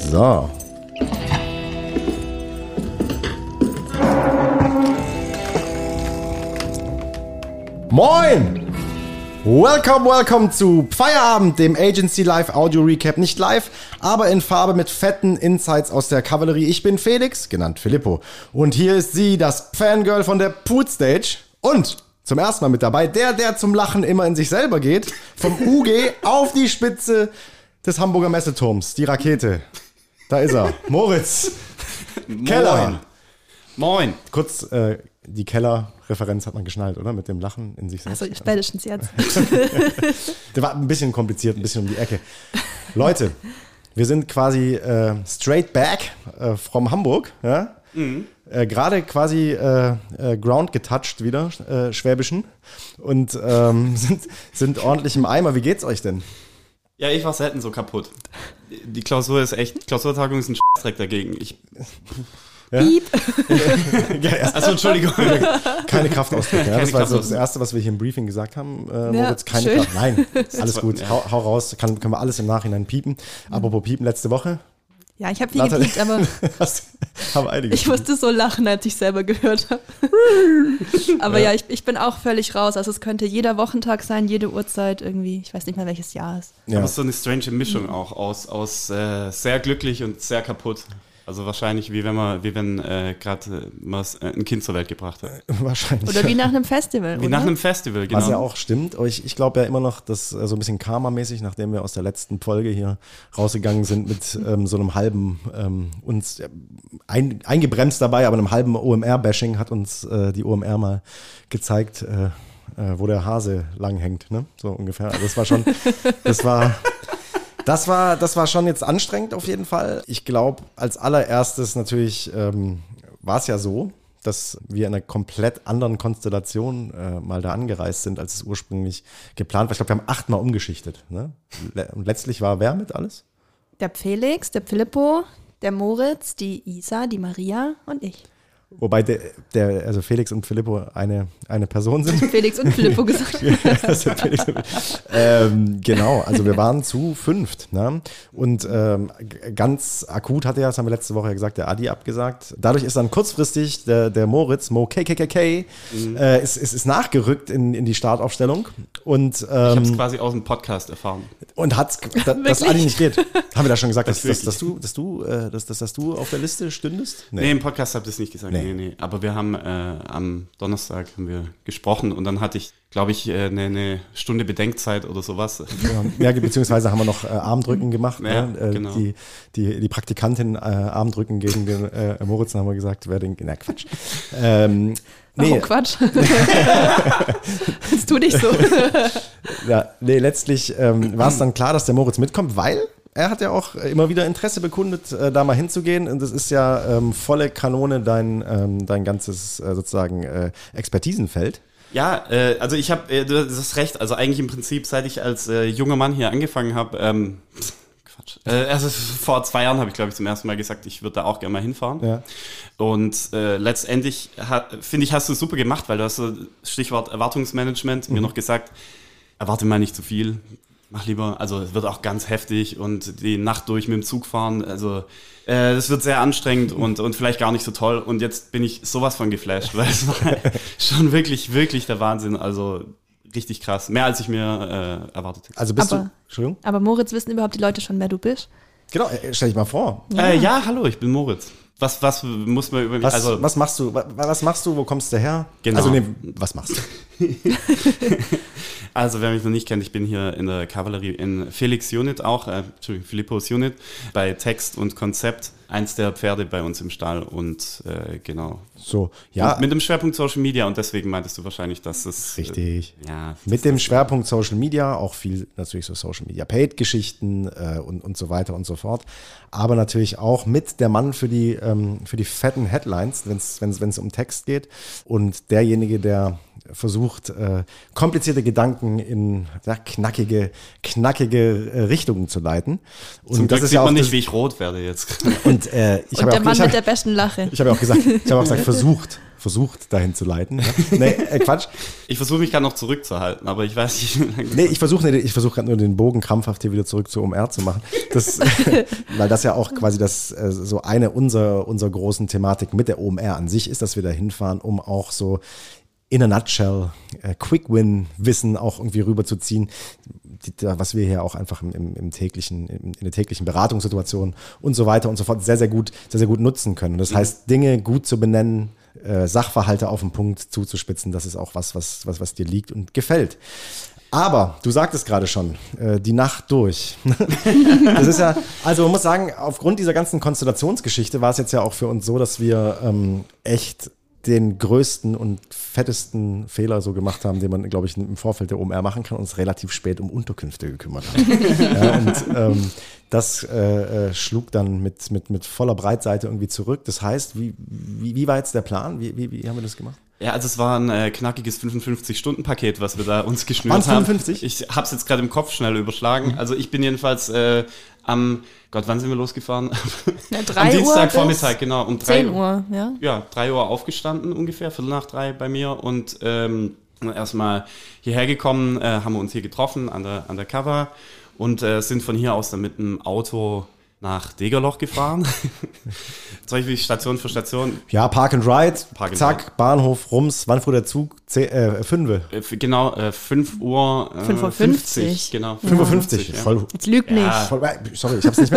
So. Moin! Welcome zu Feierabend, dem Agency Live Audio Recap. Nicht live, aber in Farbe mit fetten Insights aus der Kavallerie. Ich bin Felix, genannt Filippo. Und hier ist sie, das Fangirl von der Poot Stage. Und zum ersten Mal mit dabei, der zum Lachen immer in sich selber geht. Vom UG auf die Spitze des Hamburger Messeturms. Die Rakete. Da ist er. Moritz Keller. Moin. Kurz, die Keller-Referenz hat man geschnallt, oder? Mit dem Lachen in sich selbst. Also spätestens jetzt. Der war ein bisschen kompliziert, ein bisschen um die Ecke. Leute, wir sind quasi straight back from Hamburg. Ja? Mhm. Gerade quasi Ground getouched wieder, Schwäbischen. Und sind ordentlich im Eimer. Wie geht's euch denn? Ja, ich war selten so kaputt. Die Klausur ist echt, Klausurtagung ist ein Scheißdreck dagegen. Ja? Also Entschuldigung. Keine Kraftausdrücke. Ja? Das war so das Erste, was wir hier im Briefing gesagt haben. Moritz, keine schön. Kraft. Nein, alles gut. Hau raus. Können wir alles im Nachhinein piepen. Apropos piepen, letzte Woche. Ja, ich habe viel gepiept, aber ich musste so lachen, als ich selber gehört habe. Aber ja, ich bin auch völlig raus. Also es könnte jeder Wochentag sein, jede Uhrzeit irgendwie. Ich weiß nicht mehr, welches Jahr es ist. Ja. Aber es ist so eine strange Mischung auch aus sehr glücklich und sehr kaputt. Also wahrscheinlich wie wenn gerade ein Kind zur Welt gebracht hat. Wahrscheinlich. Oder wie nach einem Festival, Wie nach einem Festival, genau. Was ja auch stimmt. Aber ich glaube ja immer noch, dass so ein bisschen Karma-mäßig, nachdem wir aus der letzten Folge hier rausgegangen sind mit so einem halben, uns eingebremst dabei, aber einem halben OMR-Bashing hat uns die OMR mal gezeigt, wo der Hase lang hängt, ne? So ungefähr. Also das war schon jetzt anstrengend auf jeden Fall. Ich glaube, als allererstes natürlich war es ja so, dass wir in einer komplett anderen Konstellation mal da angereist sind, als es ursprünglich geplant war. Ich glaube, wir haben 8-mal umgeschichtet. Ne? Und letztlich war wer mit alles? Der Felix, der Filippo, der Moritz, die Isa, die Maria und ich. Wobei also Felix und Filippo eine Person sind. Felix und Filippo gesagt. Genau, also wir waren zu 5. Ne? Und ganz akut hatte ja, das haben wir letzte Woche ja gesagt, der Adi abgesagt. Dadurch ist dann kurzfristig der Moritz, Mo KKKK, ist nachgerückt in die Startaufstellung. Und, ich habe es quasi aus dem Podcast erfahren. Und dass Adi nicht geht. Haben wir da schon gesagt, dass du auf der Liste stündest? Nee, im Podcast habt ihr es nicht gesagt. Nee. Aber wir haben am Donnerstag haben wir gesprochen und dann hatte ich, glaube ich, eine Stunde Bedenkzeit oder sowas. Ja, beziehungsweise haben wir noch Armdrücken gemacht. Ja, ne? Genau. Die Praktikantin Armdrücken gegen den Moritz, dann haben wir gesagt, Quatsch. Nee. Oh, Quatsch. Das tu dich so. Ja, nee, letztlich war es dann klar, dass der Moritz mitkommt, weil er hat ja auch immer wieder Interesse bekundet, da mal hinzugehen. Und das ist ja volle Kanone dein ganzes sozusagen Expertisenfeld. Ja, also ich habe, du hast recht, also eigentlich im Prinzip, seit ich als junger Mann hier angefangen habe, also vor 2 Jahren habe ich, glaube ich, zum ersten Mal gesagt, ich würde da auch gerne mal hinfahren. Ja. Und letztendlich, finde ich, hast du es super gemacht, weil du hast so, Stichwort Erwartungsmanagement, mir noch gesagt, erwarte mal nicht zu viel. Mach lieber, also es wird auch ganz heftig und die Nacht durch mit dem Zug fahren, also das wird sehr anstrengend und vielleicht gar nicht so toll. Und jetzt bin ich sowas von geflasht, weil es war schon wirklich, wirklich der Wahnsinn, also richtig krass, mehr als ich mir erwartet hätte. Also bist du, Entschuldigung? Aber Moritz, wissen überhaupt die Leute schon, wer du bist? Genau, stell dich mal vor. Ja, hallo, ich bin Moritz. Was muss man über mich, was machst du, wo kommst du her? Genau. Also was machst du? Also wer mich noch nicht kennt, ich bin hier in der Kavallerie in Felix Unit auch, Filippos Unit, bei Text und Konzept, eins der Pferde bei uns im Stall und genau. So, ja. Und mit dem Schwerpunkt Social Media und deswegen meintest du wahrscheinlich, dass es... Richtig. Ja. Mit dem Schwerpunkt Social Media, auch viel natürlich so Social Media Paid-Geschichten und so weiter und so fort. Aber natürlich auch mit der Mann für die fetten Headlines, wenn es um Text geht und derjenige, der versucht, komplizierte Gedanken in knackige Richtungen zu leiten. Und zum Glück das ist sieht ja auch man nicht, wie ich rot werde jetzt. Und der Mann mit der besten Lache. Ich habe auch gesagt, versucht dahin zu leiten. Nee, Quatsch. Ich versuche mich gerade noch zurückzuhalten, aber ich weiß nicht, wie lange. Nee, ich versuche gerade nur den Bogen krampfhaft hier wieder zurück zu OMR zu machen. Weil das ja auch quasi so eine unserer großen Thematik mit der OMR an sich ist, dass wir da hinfahren, um auch so in a nutshell Quick-Win-Wissen auch irgendwie rüberzuziehen, was wir hier auch einfach in der täglichen Beratungssituation und so weiter und so fort sehr, sehr gut nutzen können. Das heißt, Dinge gut zu benennen, Sachverhalte auf den Punkt zuzuspitzen, das ist auch was dir liegt und gefällt. Aber, du sagtest gerade schon, die Nacht durch. Das ist ja, also man muss sagen, aufgrund dieser ganzen Konstellationsgeschichte war es jetzt ja auch für uns so, dass wir echt den größten und fettesten Fehler so gemacht haben, den man, glaube ich, im Vorfeld der OMR machen kann, und uns relativ spät um Unterkünfte gekümmert haben. Das schlug dann mit voller Breitseite irgendwie zurück. Das heißt, wie war jetzt der Plan? Wie haben wir das gemacht? Ja, also es war ein knackiges 55-Stunden-Paket, was wir da uns geschnürt haben. 55? Ich habe es jetzt gerade im Kopf schnell überschlagen. Also ich bin jedenfalls wann sind wir losgefahren? Ja, 3 am Uhr Dienstagvormittag, genau. Um 10 Uhr, ja. Ja, 3 Uhr aufgestanden ungefähr, 2:45 bei mir und erstmal hierher gekommen, haben wir uns hier getroffen an der Cover und sind von hier aus dann mit dem Auto nach Degerloch gefahren. Soll ich Station für Station? Ja, Park and Ride, zack, Bahnhof, Rums. Wann fuhr der Zug? 5? Genau, 5 Uhr 5:50. Genau. 5:50. Ja. Voll. Jetzt lügt nicht. Sorry, ich hab's nicht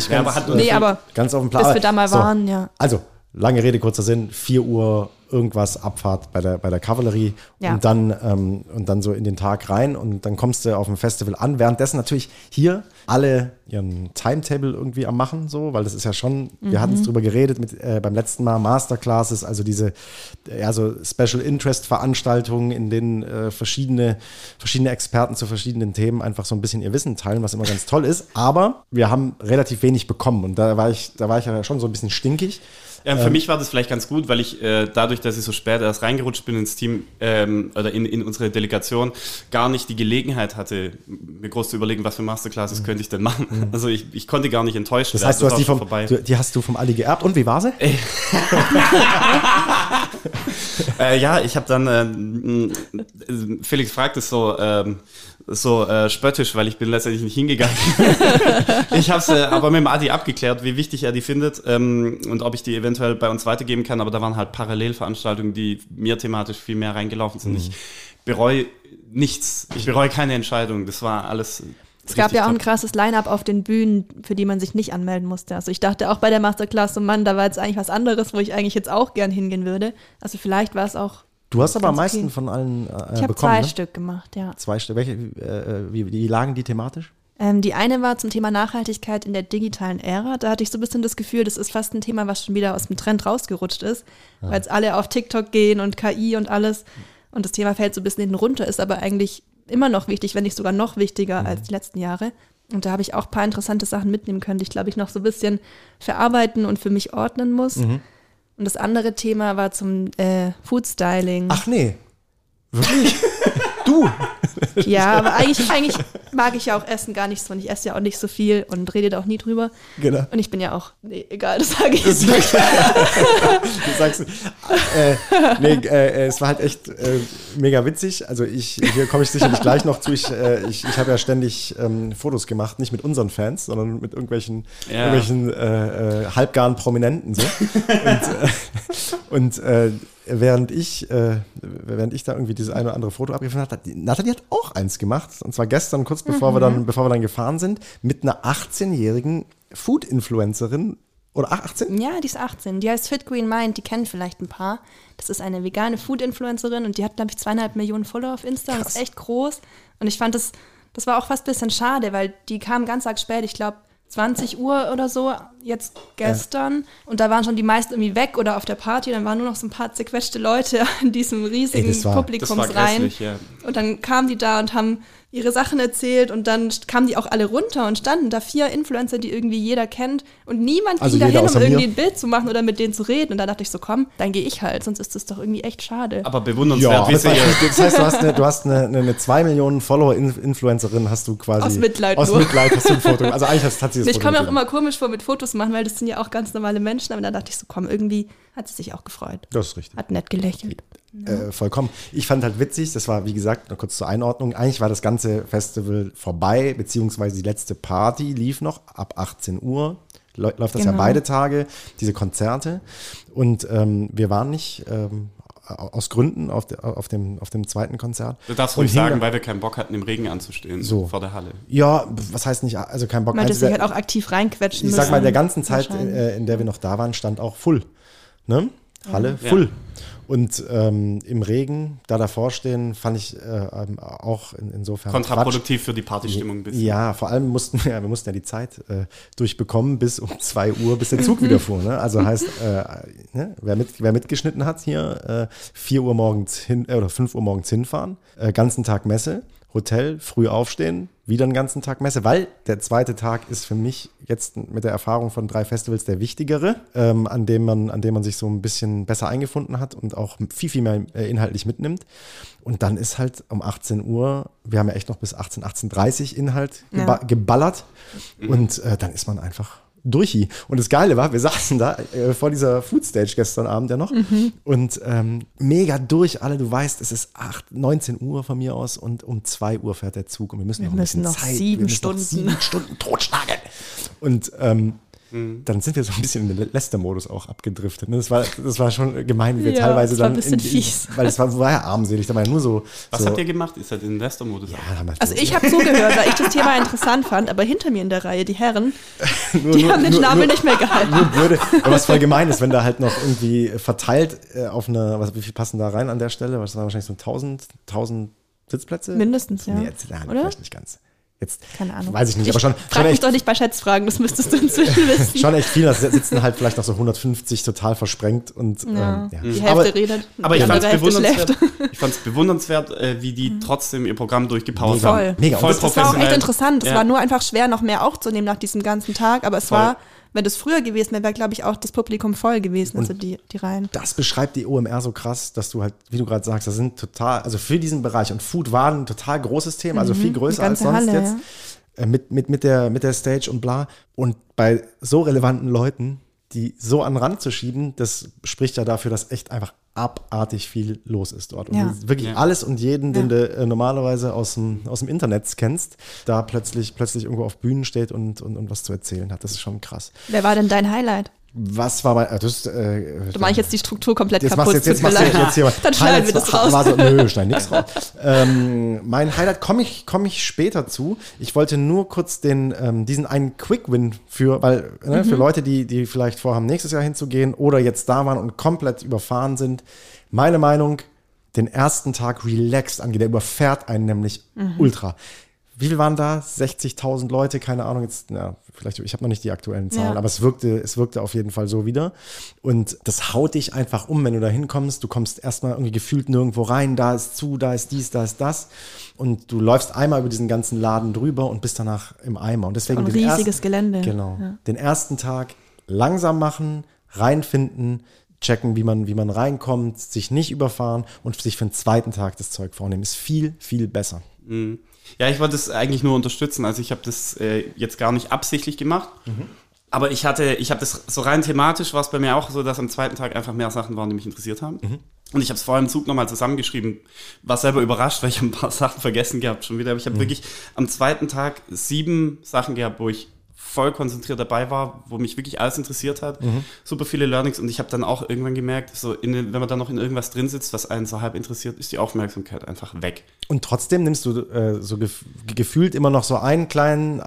ganz auf dem Plan. Bis wir da mal waren, ja. Also, lange Rede, kurzer Sinn, 4 Uhr irgendwas Abfahrt bei der Kavallerie und dann so in den Tag rein und dann kommst du auf dem Festival an. Währenddessen natürlich hier alle ihren Timetable irgendwie am machen, so, weil das ist ja schon, wir hatten es drüber geredet beim letzten Mal, Masterclasses, also diese so Special Interest Veranstaltungen, in denen verschiedene Experten zu verschiedenen Themen einfach so ein bisschen ihr Wissen teilen, was immer ganz toll ist. Aber wir haben relativ wenig bekommen und da war ich ja schon so ein bisschen stinkig. Ja, für mich war das vielleicht ganz gut, weil ich dadurch, dass ich so spät erst reingerutscht bin ins Team oder in unsere Delegation, gar nicht die Gelegenheit hatte, mir groß zu überlegen, was für Masterclasses könnte ich denn machen. Also ich konnte gar nicht enttäuscht werden. Das heißt, die hast du vom Ali geerbt und wie war sie? Ja, ich habe dann, Felix fragt es so spöttisch, weil ich bin letztendlich nicht hingegangen. Ich habe es aber mit dem Adi abgeklärt, wie wichtig er die findet und ob ich die eventuell bei uns weitergeben kann. Aber da waren halt Parallelveranstaltungen, die mir thematisch viel mehr reingelaufen sind. Ich bereue nichts. Ich bereue keine Entscheidung. Das war alles. Es gab ja auch ein krasses Line-Up auf den Bühnen, für die man sich nicht anmelden musste. Also ich dachte auch bei der Masterclass, so Mann, da war jetzt eigentlich was anderes, wo ich eigentlich jetzt auch gern hingehen würde. Also vielleicht war es auch. Du hast aber am meisten von allen ich habe 2 Stück gemacht, ja. 2 Stück. Welche? Wie lagen die thematisch? Die eine war zum Thema Nachhaltigkeit in der digitalen Ära. Da hatte ich so ein bisschen das Gefühl, das ist fast ein Thema, was schon wieder aus dem Trend rausgerutscht ist, weil jetzt alle auf TikTok gehen und KI und alles. Und das Thema fällt so ein bisschen hinten runter, ist aber eigentlich immer noch wichtig, wenn nicht sogar noch wichtiger als die letzten Jahre. Und da habe ich auch ein paar interessante Sachen mitnehmen können, die ich, glaube ich, noch so ein bisschen verarbeiten und für mich ordnen muss. Und das andere Thema war zum Food Styling. Ach nee, wirklich? Du? Ja, aber eigentlich mag ich ja auch Essen gar nicht so und ich esse ja auch nicht so viel und rede da auch nie drüber. Genau. Und ich bin ja auch, egal, das sage ich jetzt nicht. Du sagst, es war halt echt mega witzig. Also hier komme ich sicherlich gleich noch zu. Ich habe ja ständig Fotos gemacht, nicht mit unseren Fans, sondern mit irgendwelchen halbgaren Prominenten so. Während ich da irgendwie dieses eine oder andere Foto abgefilmt habe, Nathalie hat auch eins gemacht. Und zwar gestern, kurz bevor wir dann gefahren sind, mit einer 18-jährigen Food-Influencerin. Oder 18? Ja, die ist 18. Die heißt Fit Green Mind, die kennen vielleicht ein paar. Das ist eine vegane Food-Influencerin und die hat, glaube ich, 2,5 Millionen Follower auf Insta. Krass. Und ist echt groß. Und ich fand, das war auch fast ein bisschen schade, weil die kam ganz arg spät, ich glaube 20 Uhr oder so, jetzt gestern und da waren schon die meisten irgendwie weg oder auf der Party, dann waren nur noch so ein paar zerquetschte Leute in diesem riesigen Publikumsreihen. Ja. Und dann kamen die da und haben ihre Sachen erzählt und dann kamen die auch alle runter und standen da 4 Influencer, die irgendwie jeder kennt und niemand ging dahin, um irgendwie ein Bild zu machen oder mit denen zu reden und da dachte ich so, komm, dann gehe ich halt, sonst ist das doch irgendwie echt schade. Aber bewundernswert. Ja, das heißt, du hast eine 2 Millionen Follower-Influencerin, hast du quasi aus Mitleid hast du ein Foto. Also eigentlich hat sie das Ich komme mir auch immer komisch vor, mit Fotos machen, weil das sind ja auch ganz normale Menschen, aber da dachte ich so, komm, irgendwie hat sie sich auch gefreut. Das ist richtig. Hat nett gelächelt. Vollkommen. Ich fand halt witzig, das war, wie gesagt, noch kurz zur Einordnung, eigentlich war das ganze Festival vorbei, beziehungsweise die letzte Party lief noch ab 18 Uhr. Läuft das ja beide Tage, diese Konzerte. Und wir waren nicht aus Gründen auf dem zweiten Konzert. Du darfst ruhig sagen, weil wir keinen Bock hatten, im Regen anzustehen vor der Halle. Ja, was heißt nicht, also kein Bock. Meintest du halt auch aktiv reinquetschen müssen? Ich sag mal, der ganzen Zeit, in der wir noch da waren, stand auch full. Ne? Halle full. Und im Regen da davor stehen, fand ich auch insofern kontraproduktiv für die Partystimmung ein bisschen. Ja, vor allem mussten wir mussten die Zeit durchbekommen bis um 2 Uhr, bis der Zug wieder fuhr. Ne? Also heißt, wer mitgeschnitten hat hier, 4 Uhr morgens hin oder 5 Uhr morgens hinfahren, ganzen Tag Messe, Hotel, früh aufstehen, wieder einen ganzen Tag Messe, weil der zweite Tag ist für mich jetzt mit der Erfahrung von 3 Festivals der wichtigere, an dem man sich so ein bisschen besser eingefunden hat und auch viel mehr inhaltlich mitnimmt. Und dann ist halt um 18 Uhr, wir haben ja echt noch bis 18:30 Inhalt geballert und dann ist man einfach durch. Und das Geile war, wir saßen da vor dieser Foodstage gestern Abend ja noch und mega durch alle. Du weißt, es ist 19 Uhr von mir aus und um 2 Uhr fährt der Zug und wir müssen noch ein bisschen Zeit. 7 Stunden. 7 Stunden totschlagen. Und dann sind wir so ein bisschen in den Lästermodus auch abgedriftet. Ne? Das war schon gemein, wie wir teilweise dann. Das war ein bisschen fies. Weil es war ja armselig, da war ja nur so. Was habt ihr gemacht? Ist halt in den Lästermodus? Ja, also ich habe zugehört, weil ich das Thema interessant fand, aber hinter mir in der Reihe, die Herren, die haben den Schnabel nicht mehr gehalten. Aber was voll gemein ist, wenn da halt noch irgendwie verteilt auf wie viel passen da rein an der Stelle? Das waren wahrscheinlich so 1000 Sitzplätze? Mindestens, ja. Nee, jetzt, oder? Vielleicht nicht ganz. Jetzt, keine Ahnung. Weiß ich nicht, aber schon frag mich doch nicht bei Schätzfragen, das müsst's du inzwischen wissen. Schon echt viel, da sitzen halt vielleicht noch so 150 total versprengt und die Hälfte redet. Aber ich fand's bewundernswert, wie die trotzdem ihr Programm durchgepowert haben. Mega. Das war auch echt interessant. Es war nur einfach schwer, noch mehr aufzunehmen nach diesem ganzen Tag, aber es war, wenn das früher gewesen wäre, wäre, glaube ich, auch das Publikum voll gewesen, also die Reihen. Das beschreibt die OMR so krass, dass du halt, wie du gerade sagst, das sind total, also für diesen Bereich und Food war ein total großes Thema, also viel größer als sonst Halle, jetzt. Ja. Mit der Stage und bla. Und bei so relevanten Leuten, die so an den Rand zu schieben, das spricht ja dafür, dass echt einfach abartig viel los ist dort. Und wirklich alles und jeden, den du normalerweise aus dem Internet kennst, da plötzlich irgendwo auf Bühnen steht und was zu erzählen hat. Das ist schon krass. Wer war denn dein Highlight? Was war mein. Du machst jetzt die Struktur komplett kaputt. Jetzt machst du jetzt hier Dann schneiden wir das raus. Schneid nichts raus. Mein Highlight komme ich später zu. Ich wollte nur kurz diesen einen Quick-Win für Leute, die vielleicht vorhaben, nächstes Jahr hinzugehen oder jetzt da waren und komplett überfahren sind. Meine Meinung, den ersten Tag relaxed angehen. Der überfährt einen nämlich ultra. Wie viel waren da? 60.000 Leute, keine Ahnung, jetzt, vielleicht, ich habe noch nicht die aktuellen Zahlen, aber es wirkte auf jeden Fall so wieder. Und das haut dich einfach um, wenn du da hinkommst. Du kommst erstmal irgendwie gefühlt nirgendwo rein, da ist zu, da ist dies, da ist das. Und du läufst einmal über diesen ganzen Laden drüber und bist danach im Eimer. Und deswegen ein riesiges Gelände. Genau. Ja. Den ersten Tag langsam machen, reinfinden, checken, wie man reinkommt, sich nicht überfahren und sich für den zweiten Tag das Zeug vornehmen. Ist viel, viel besser. Mhm. Ja, ich wollte es eigentlich nur unterstützen. Also ich habe das jetzt gar nicht absichtlich gemacht. Aber ich habe das so rein thematisch, war es bei mir auch so, dass am zweiten Tag einfach mehr Sachen waren, die mich interessiert haben. Und ich habe es vorher im Zug nochmal zusammengeschrieben, war selber überrascht, weil ich ein paar Sachen vergessen gehabt schon wieder. Aber ich habe wirklich am zweiten Tag 7 Sachen gehabt, wo ich voll konzentriert dabei war, wo mich wirklich alles interessiert hat. Super viele Learnings und ich habe dann auch irgendwann gemerkt, so wenn man dann noch in irgendwas drin sitzt, was einen so halb interessiert, ist die Aufmerksamkeit einfach weg. Und trotzdem nimmst du so gefühlt immer noch so ein klein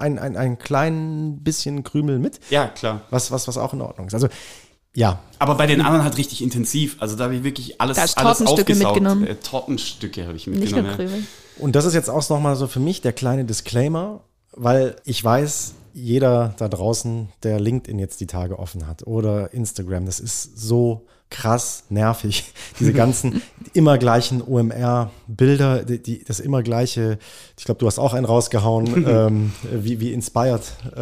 bisschen Krümel mit. Ja, klar. Was auch in Ordnung ist. Also, ja. Aber bei den anderen halt richtig intensiv. Also da habe ich wirklich alles Tortenstücke mitgenommen. Tortenstücke habe ich mitgenommen. Nicht nur Krümel. Und das ist jetzt auch nochmal so für mich der kleine Disclaimer, weil ich weiß, jeder da draußen, der LinkedIn jetzt die Tage offen hat oder Instagram, das ist so krass nervig. Diese ganzen immer gleichen OMR-Bilder, das immer gleiche, ich glaube, du hast auch einen rausgehauen, wie inspired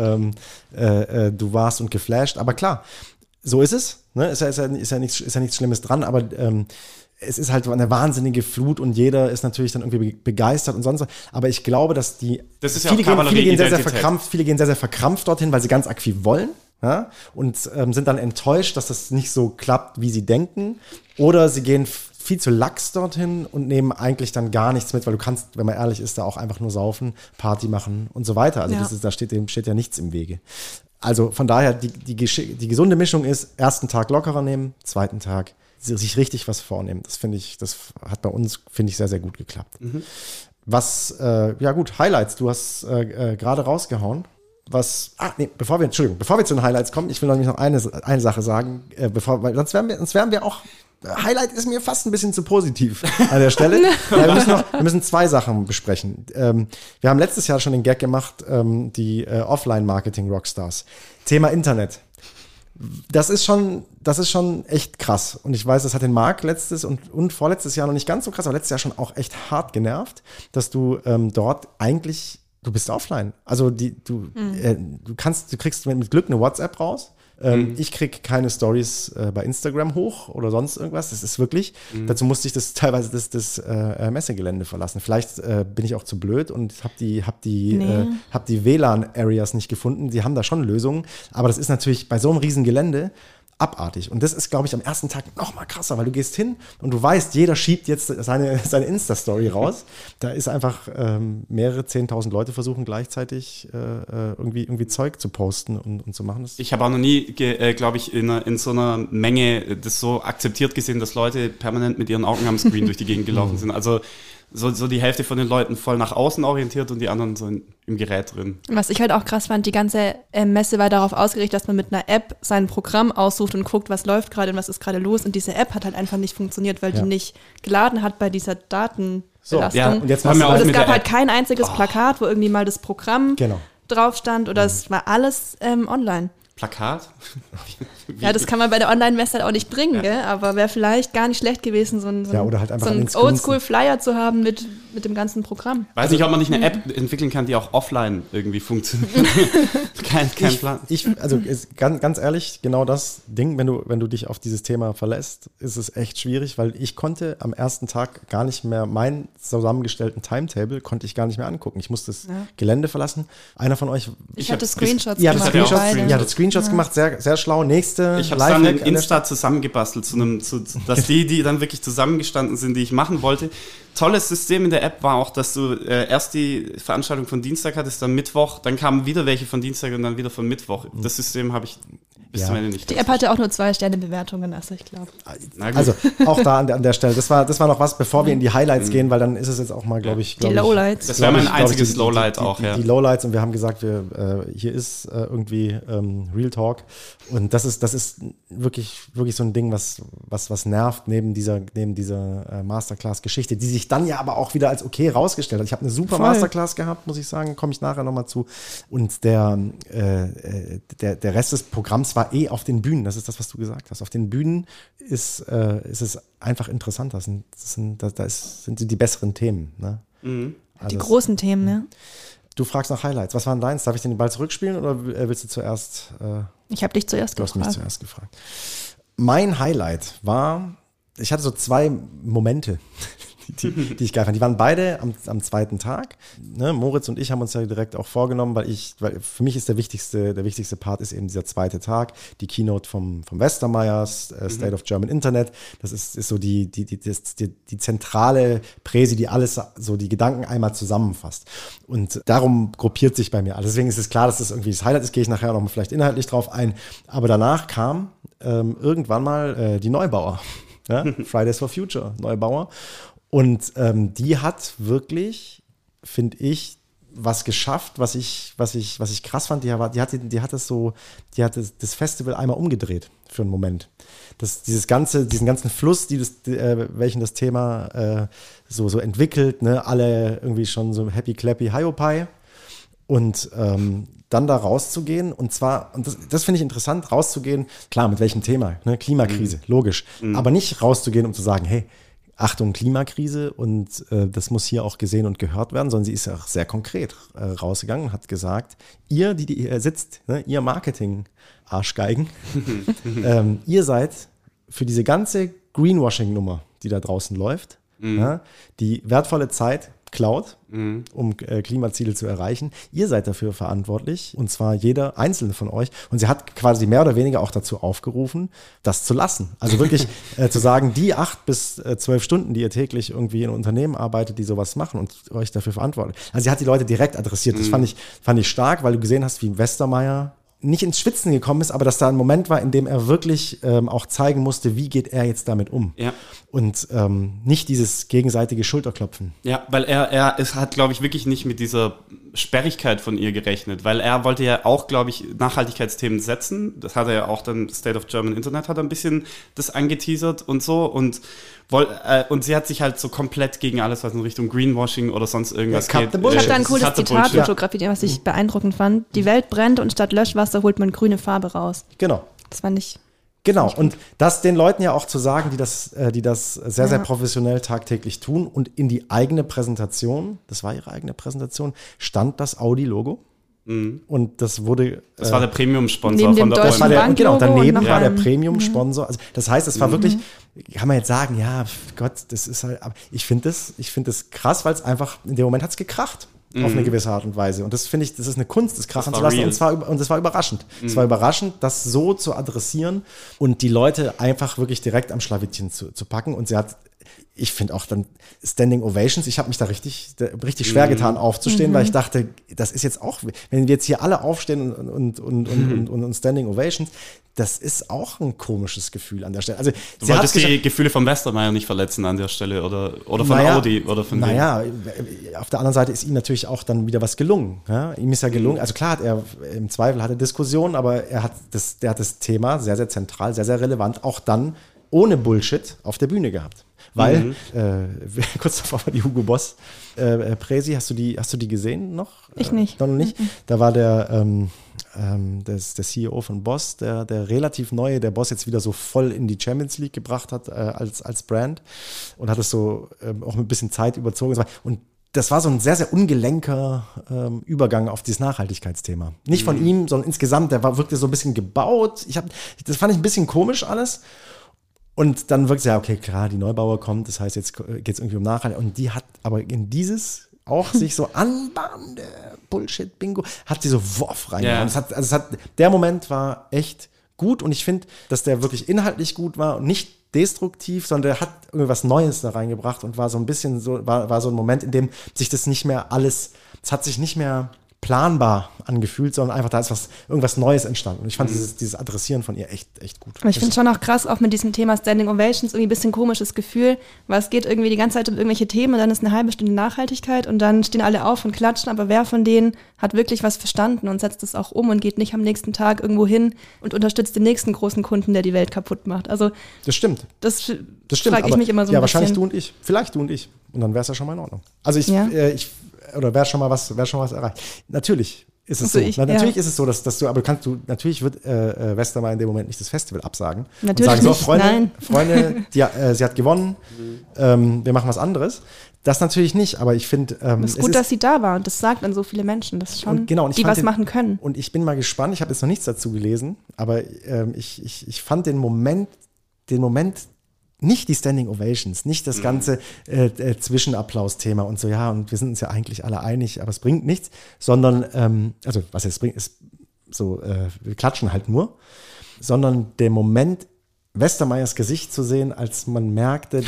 du warst und geflasht. Aber klar, so ist es. Ne? Ist ja nichts Schlimmes dran, aber es ist halt eine wahnsinnige Flut und jeder ist natürlich dann irgendwie begeistert und sonst was. Aber ich glaube, dass viele gehen sehr, sehr verkrampft dorthin, weil sie ganz aktiv wollen. Ja? Und sind dann enttäuscht, dass das nicht so klappt, wie sie denken. Oder sie gehen viel zu lax dorthin und nehmen eigentlich dann gar nichts mit, weil du kannst, wenn man ehrlich ist, da auch einfach nur saufen, Party machen und so weiter. Also da steht ja nichts im Wege. Also von daher, die gesunde Mischung ist, ersten Tag lockerer nehmen, zweiten Tag sich richtig was vornehmen. Das hat bei uns, finde ich, sehr, sehr gut geklappt. Mhm. Highlights, du hast gerade rausgehauen. Bevor wir zu den Highlights kommen, ich will nämlich noch eine Sache sagen, weil sonst wären wir auch, Highlight ist mir fast ein bisschen zu positiv an der Stelle. Wir müssen 2 Sachen besprechen. Wir haben letztes Jahr schon den Gag gemacht, die Offline-Marketing-Rockstars. Thema Internet. Das ist schon echt krass. Und ich weiß, das hat den Marc letztes und vorletztes Jahr noch nicht ganz so krass, aber letztes Jahr schon auch echt hart genervt, dass du dort eigentlich, du bist offline. Also du kriegst mit Glück eine WhatsApp raus. Ich krieg keine Stories bei Instagram hoch oder sonst irgendwas. Das ist wirklich, dazu musste ich teilweise das Messegelände verlassen. Vielleicht bin ich auch zu blöd und hab die WLAN-Areas nicht gefunden. Die haben da schon Lösungen, aber das ist natürlich bei so einem riesen Gelände abartig. Und das ist, glaube ich, am ersten Tag noch mal krasser, weil du gehst hin und du weißt, jeder schiebt jetzt seine Insta-Story raus. Da ist einfach mehrere 10.000 Leute versuchen gleichzeitig irgendwie Zeug zu posten und zu machen. Ich habe auch noch nie, glaube ich, in so einer Menge das so akzeptiert gesehen, dass Leute permanent mit ihren Augen am Screen durch die Gegend gelaufen sind. Also so die Hälfte von den Leuten voll nach außen orientiert und die anderen so im Gerät drin. Was ich halt auch krass fand, die ganze Messe war darauf ausgerichtet, dass man mit einer App sein Programm aussucht und guckt, was läuft gerade und was ist gerade los. Und diese App hat halt einfach nicht funktioniert, weil die nicht geladen hat bei dieser Datenbelastung. Und jetzt und es gab halt kein einziges Plakat, wo irgendwie mal das Programm drauf stand oder es war alles online. Plakat? Ja, das kann man bei der Online-Messe halt auch nicht bringen, gell? Aber wäre vielleicht gar nicht schlecht gewesen, so einen Oldschool-Flyer zu haben mit dem ganzen Programm. Weiß nicht, ob man nicht eine App entwickeln kann, die auch offline irgendwie funktioniert. kein Plan. Ganz ehrlich, genau das Ding, wenn du dich auf dieses Thema verlässt, ist es echt schwierig, weil ich konnte am ersten Tag gar nicht mehr meinen zusammengestellten Timetable konnte ich gar nicht mehr angucken. Ich musste das Gelände verlassen. Einer von euch... Ich hatte Screenshots gemacht. Screenshots gemacht, sehr, sehr schlau. Nächste Ich habe es dann in Insta zusammengebastelt, dass die dann wirklich zusammengestanden sind, die ich machen wollte. Tolles System in der App war auch, dass du erst die Veranstaltung von Dienstag hattest, dann Mittwoch, dann kamen wieder welche von Dienstag und dann wieder von Mittwoch. Das System habe ich bis zum Ende nicht. Die App hatte auch nur 2-Sterne-Bewertungen, also ich glaube. Also auch da an der Stelle, das war noch was, bevor wir in die Highlights gehen, weil dann ist es jetzt auch mal, glaube ich. Die Lowlights. Das wäre mein einziges Lowlight auch, ja. Die Lowlights und wir haben gesagt, hier ist irgendwie Real Talk und das ist wirklich so ein Ding, was nervt neben dieser Masterclass-Geschichte, die sich dann ja aber auch wieder als okay rausgestellt hat. Ich habe eine super Masterclass gehabt, muss ich sagen, komme ich nachher nochmal zu und der Rest des Programms war auf den Bühnen, das ist das, was du gesagt hast. Auf den Bühnen ist es einfach interessanter, da sind die besseren Themen. Ne? Mhm. Die großen Themen, ne? Du fragst nach Highlights. Was waren deins? Darf ich den Ball zurückspielen oder willst du zuerst? Ich habe dich zuerst gefragt. Du hast mich zuerst gefragt. Mein Highlight war, ich hatte so 2 Momente, die ich geil fand. Die waren beide am zweiten Tag. Ne, Moritz und ich haben uns ja direkt auch vorgenommen, weil für mich ist der wichtigste Part ist eben dieser zweite Tag, die Keynote vom Westermeyers, State of German Internet. Das ist so die zentrale Präsi, die alles, so die Gedanken einmal zusammenfasst. Und darum gruppiert sich bei mir alles. Deswegen ist es klar, dass das irgendwie das Highlight ist, gehe ich nachher noch mal vielleicht inhaltlich drauf ein. Aber danach kam irgendwann mal die Neubauer. Ja? Fridays for Future, Neubauer. Und die hat wirklich, finde ich, was geschafft, was ich krass fand. Die hat das Festival einmal umgedreht für einen Moment. Diesen ganzen Fluss, welchen das Thema so entwickelt, ne, alle irgendwie schon so happy clappy hiopai. Und dann da rauszugehen und das finde ich interessant, rauszugehen, klar, mit welchem Thema, ne? Klimakrise, logisch, aber nicht rauszugehen, um zu sagen, hey, Achtung, Klimakrise und das muss hier auch gesehen und gehört werden, sondern sie ist auch sehr konkret rausgegangen und hat gesagt, ihr, die hier sitzt, ne, ihr Marketing-Arschgeigen, ihr seid für diese ganze Greenwashing-Nummer, die da draußen läuft, ja, die wertvolle Zeit klaut, um Klimaziele zu erreichen. Ihr seid dafür verantwortlich, und zwar jeder einzelne von euch. Und sie hat quasi mehr oder weniger auch dazu aufgerufen, das zu lassen. Also wirklich zu sagen, die 8 bis 12 Stunden, die ihr täglich irgendwie in Unternehmen arbeitet, die sowas machen und euch dafür verantwortlich. Also sie hat die Leute direkt adressiert. Das fand ich stark, weil du gesehen hast, wie Westermeier nicht ins Schwitzen gekommen ist, aber dass da ein Moment war, in dem er wirklich auch zeigen musste, wie geht er jetzt damit um. Ja. Und nicht dieses gegenseitige Schulterklopfen. Ja, weil er hat, glaube ich, wirklich nicht mit dieser Sperrigkeit von ihr gerechnet, weil er wollte ja auch, glaube ich, Nachhaltigkeitsthemen setzen. Das hat er ja auch dann, State of German Internet hat ein bisschen das angeteasert und so und sie hat sich halt so komplett gegen alles, was in Richtung Greenwashing oder sonst irgendwas geht. Ich habe da ein cooles Zitat fotografiert, was ich beeindruckend fand. Die Welt brennt und statt Löschwasser holt man grüne Farbe raus. Genau. Das fand ich. Genau, und das den Leuten ja auch zu sagen, die das sehr, sehr professionell tagtäglich tun und in die eigene Präsentation, das war ihre eigene Präsentation, stand das Audi-Logo. Und das wurde. Das war der Premium-Sponsor von der Bank. Genau, daneben war der Premium-Sponsor. Also das heißt, es war wirklich, kann man jetzt sagen, ja, Gott, das ist halt, aber ich finde das krass, weil es einfach, in dem Moment hat es gekracht. Auf eine gewisse Art und Weise. Und das finde ich, das ist eine Kunst, das krachen zu lassen. Und das war überraschend. Es war überraschend, das so zu adressieren und die Leute einfach wirklich direkt am Schlawittchen zu packen. Und sie hat, ich finde auch dann Standing Ovations, ich habe mich da richtig schwer getan aufzustehen, weil ich dachte, das ist jetzt auch, wenn wir jetzt hier alle aufstehen und Standing Ovations, das ist auch ein komisches Gefühl an der Stelle. Also, du wolltest die Gefühle von Westermeier nicht verletzen an der Stelle oder von Audi oder von auf der anderen Seite ist ihm natürlich auch dann wieder was gelungen. Ja? Ihm ist ja gelungen, also klar im Zweifel hat er Diskussionen, aber der hat das Thema sehr, sehr zentral, sehr, sehr relevant auch dann ohne Bullshit auf der Bühne gehabt. Weil, kurz davor war die Hugo Boss Präsi, hast du die gesehen noch? Ich nicht. Noch nicht. Da war der CEO von Boss, der relativ neue, der Boss jetzt wieder so voll in die Champions League gebracht hat als Brand und hat es so auch mit ein bisschen Zeit überzogen. Und das war so ein sehr, sehr ungelenker Übergang auf dieses Nachhaltigkeitsthema. Nicht von ihm, sondern insgesamt, wirkte so ein bisschen gebaut. Das fand ich ein bisschen komisch alles. Und dann wirkt es ja, okay, klar, die Neubauer kommt, das heißt, jetzt geht es irgendwie um Nachhaltigkeit. Und die hat aber in dieses auch sich so anbahnende Bullshit-Bingo, hat sie so Wurf reingehauen. Yeah. Der Moment war echt gut und ich finde, dass der wirklich inhaltlich gut war und nicht destruktiv, sondern der hat irgendwas Neues da reingebracht und war so ein bisschen so, war so ein Moment, in dem sich das nicht mehr alles, es hat sich nicht mehr planbar angefühlt, sondern einfach da ist irgendwas Neues entstanden. Und ich fand dieses Adressieren von ihr echt gut. Aber ich finde es schon auch krass, auch mit diesem Thema Standing Ovations, irgendwie ein bisschen komisches Gefühl, weil es geht irgendwie die ganze Zeit um irgendwelche Themen und dann ist eine halbe Stunde Nachhaltigkeit und dann stehen alle auf und klatschen, aber wer von denen hat wirklich was verstanden und setzt es auch um und geht nicht am nächsten Tag irgendwo hin und unterstützt den nächsten großen Kunden, der die Welt kaputt macht. Also das stimmt. Das frage ich mich immer so ein bisschen. Ja, wahrscheinlich du und ich. Vielleicht du und ich. Und dann wäre es ja schon mal in Ordnung. Also oder wäre schon mal was erreicht. Natürlich ist es so. Natürlich ist es so, dass du, aber natürlich wird Westermeier in dem Moment nicht das Festival absagen. Natürlich und sagen, nicht, Freunde, sie hat gewonnen, wir machen was anderes. Das natürlich nicht, aber ich finde... es ist gut, dass sie da war und das sagt an so viele Menschen, dass schon die was machen können. Und ich bin mal gespannt, ich habe jetzt noch nichts dazu gelesen, aber ich fand den Moment nicht die Standing Ovations, nicht das ganze Zwischenapplaus-Thema und so, ja, und wir sind uns ja eigentlich alle einig, aber es bringt nichts, sondern, also was es bringt, ist so, wir klatschen halt nur, sondern der Moment, Westermeiers Gesicht zu sehen, als man merkte,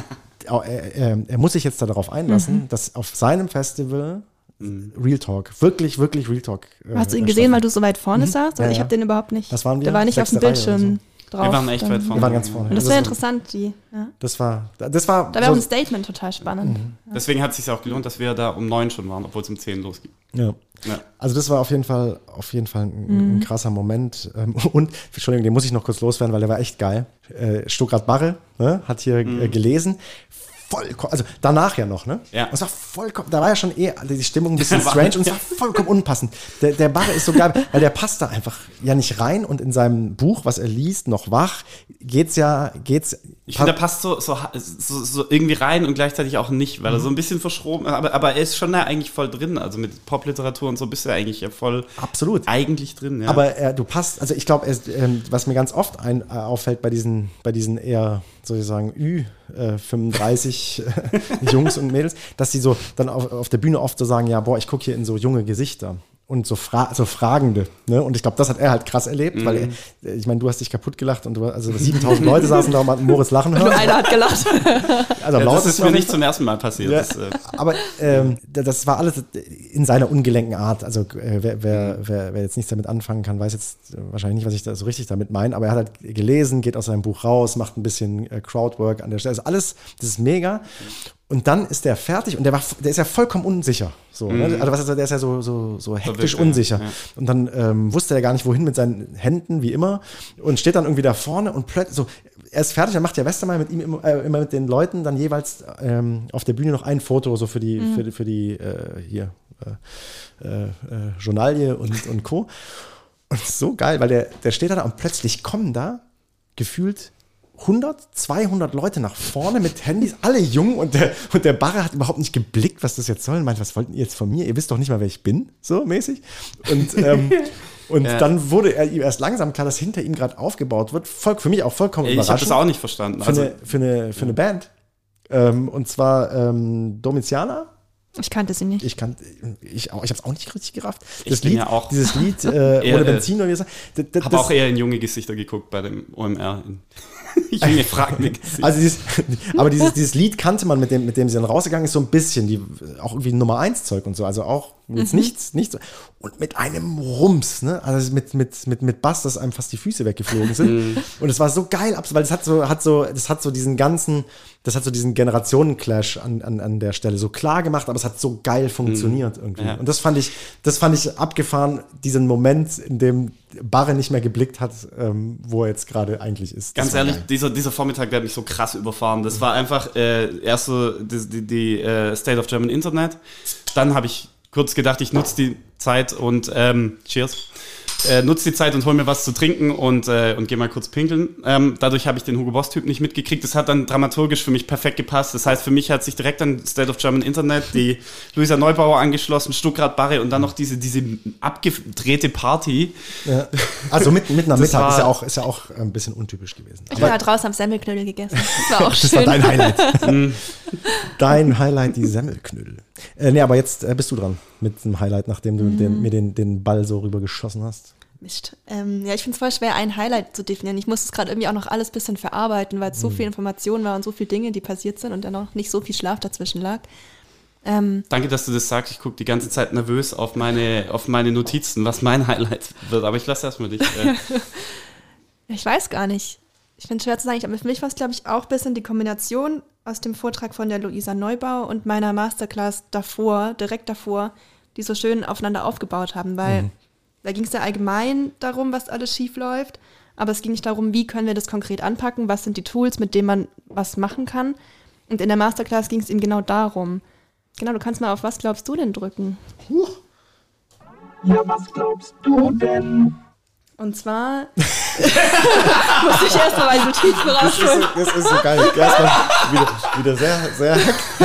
er muss sich jetzt darauf einlassen, dass auf seinem Festival Real Talk, wirklich Real Talk. Hast du ihn gesehen, weil du so weit vorne saßt? Also ich habe den überhaupt nicht. Das waren wir. Der war nicht auf dem Bildschirm. Drauf. Wir waren echt weit vorne. Wir waren ganz vorne. Und das wäre interessant, Das war. Da wäre auch ein Statement total spannend. Ja. Deswegen hat es sich auch gelohnt, dass wir da um 9 schon waren, obwohl es um 10 losging. Ja. Also das war auf jeden Fall ein krasser Moment. Und, Entschuldigung, den muss ich noch kurz loswerden, weil der war echt geil. Stuttgart Barre hat hier gelesen. vollkommen, also danach ja noch, ne? Ja. Und es war vollkommen, da war ja schon die Stimmung ein bisschen strange und es war vollkommen unpassend. Der Barre ist so geil, weil der passt da einfach ja nicht rein und in seinem Buch, was er liest, noch wach, geht's. Ich finde, der passt so irgendwie rein und gleichzeitig auch nicht, weil er so ein bisschen verschroben, aber er ist schon da eigentlich voll drin, also mit Popliteratur und so bist du eigentlich ja voll absolut eigentlich drin. Ja. Aber du passt, also ich glaube, was mir ganz oft auffällt bei diesen eher, soll ich sagen, 35 Jungs und Mädels, dass sie so dann auf der Bühne oft so sagen, ja, boah, ich gucke hier in so junge Gesichter. Und so Fragende. Ne? Und ich glaube, das hat er halt krass erlebt, weil ich meine, du hast dich kaputt gelacht und 7000 Leute saßen da und hatten Moritz lachen hören. Nur einer hat gelacht. Also das ist mir nicht zum ersten Mal passiert. Ja, aber das war alles in seiner ungelenken Art. Also wer jetzt nichts damit anfangen kann, weiß jetzt wahrscheinlich nicht, was ich da so richtig damit meine. Aber er hat halt gelesen, geht aus seinem Buch raus, macht ein bisschen Crowdwork an der Stelle. Also alles, das ist mega. Und dann ist der fertig und der ist ja vollkommen unsicher. So, ne? Also der ist ja so hektisch unsicher. Ja. Und dann wusste er gar nicht, wohin mit seinen Händen, wie immer. Und steht dann irgendwie da vorne und plötzlich so, er ist fertig, dann macht der Westermeier mit ihm immer mit den Leuten dann jeweils auf der Bühne noch ein Foto so für die Journalie und Co. Und so geil, weil der steht da und plötzlich kommen da gefühlt 100, 200 Leute nach vorne mit Handys, alle jung und der Barre hat überhaupt nicht geblickt, was das jetzt soll. Und meint, was wollten ihr jetzt von mir? Ihr wisst doch nicht mal, wer ich bin, so mäßig. Und dann wurde er ihm erst langsam klar, dass hinter ihm gerade aufgebaut wird. Für mich auch vollkommen überraschend. Ich habe das auch nicht verstanden. Für eine Band. Und zwar Domiziana. Ich kannte sie nicht. Ich habe es auch nicht richtig gerafft. Dieses Lied ohne Benzin oder wie gesagt. Ich habe auch eher in junge Gesichter geguckt bei dem OMR. Junge fragende Gesichter. Also dieses Lied kannte man, mit dem sie dann rausgegangen ist, so ein bisschen, auch irgendwie Nummer 1 Zeug und so. Also auch jetzt nichts. Und mit einem Rums, ne? Also mit Bass, dass einem fast die Füße weggeflogen sind. Und es war so geil, weil das hat so diesen Generationen-Clash an der Stelle so klar gemacht, aber es hat so geil funktioniert irgendwie. Ja. Und das fand ich abgefahren, diesen Moment, in dem Barre nicht mehr geblickt hat, wo er jetzt gerade eigentlich ist. Ganz ehrlich, dieser Vormittag, der hat mich so krass überfahren. Das war einfach erst so die State of German Internet. Dann habe ich kurz gedacht, ich nutze die Zeit und cheers. Nutze die Zeit und hol mir was zu trinken und geh mal kurz pinkeln. Dadurch habe ich den Hugo Boss-Typ nicht mitgekriegt. Das hat dann dramaturgisch für mich perfekt gepasst. Das heißt, für mich hat sich direkt an State of German Internet die Luisa Neubauer angeschlossen, Stuttgart Barre und dann noch diese abgedrehte Party. Ja. Also mitten am Mittag ist ja auch ein bisschen untypisch gewesen. Ich war draußen am Semmelknödel gegessen. Das war auch schön. Das war dein Highlight. Dein Highlight, die Semmelknödel. Aber jetzt bist du dran mit dem Highlight, nachdem du mir den Ball so rüber geschossen hast. Mist. Ich finde es voll schwer, ein Highlight zu definieren. Ich musste es gerade irgendwie auch noch alles ein bisschen verarbeiten, weil es so viel Information war und so viele Dinge, die passiert sind und dann auch nicht so viel Schlaf dazwischen lag. Danke, dass du das sagst. Ich gucke die ganze Zeit nervös auf meine Notizen, was mein Highlight wird. Aber ich lasse erstmal dich. Ich weiß gar nicht. Ich finde es schwer zu sagen. Aber für mich war es, glaube ich, auch ein bisschen die Kombination aus dem Vortrag von der Luisa Neubauer und meiner Masterclass direkt davor, die so schön aufeinander aufgebaut haben, weil da ging es ja allgemein darum, was alles schief läuft, aber es ging nicht darum, wie können wir das konkret anpacken, was sind die Tools, mit denen man was machen kann. Und in der Masterclass ging es eben genau darum. Genau, du kannst mal auf was glaubst du denn drücken? Ja, was glaubst du denn? Und zwar muss ich erst mal meine Notizen rausholen. Das ist so geil. Erstmal wieder sehr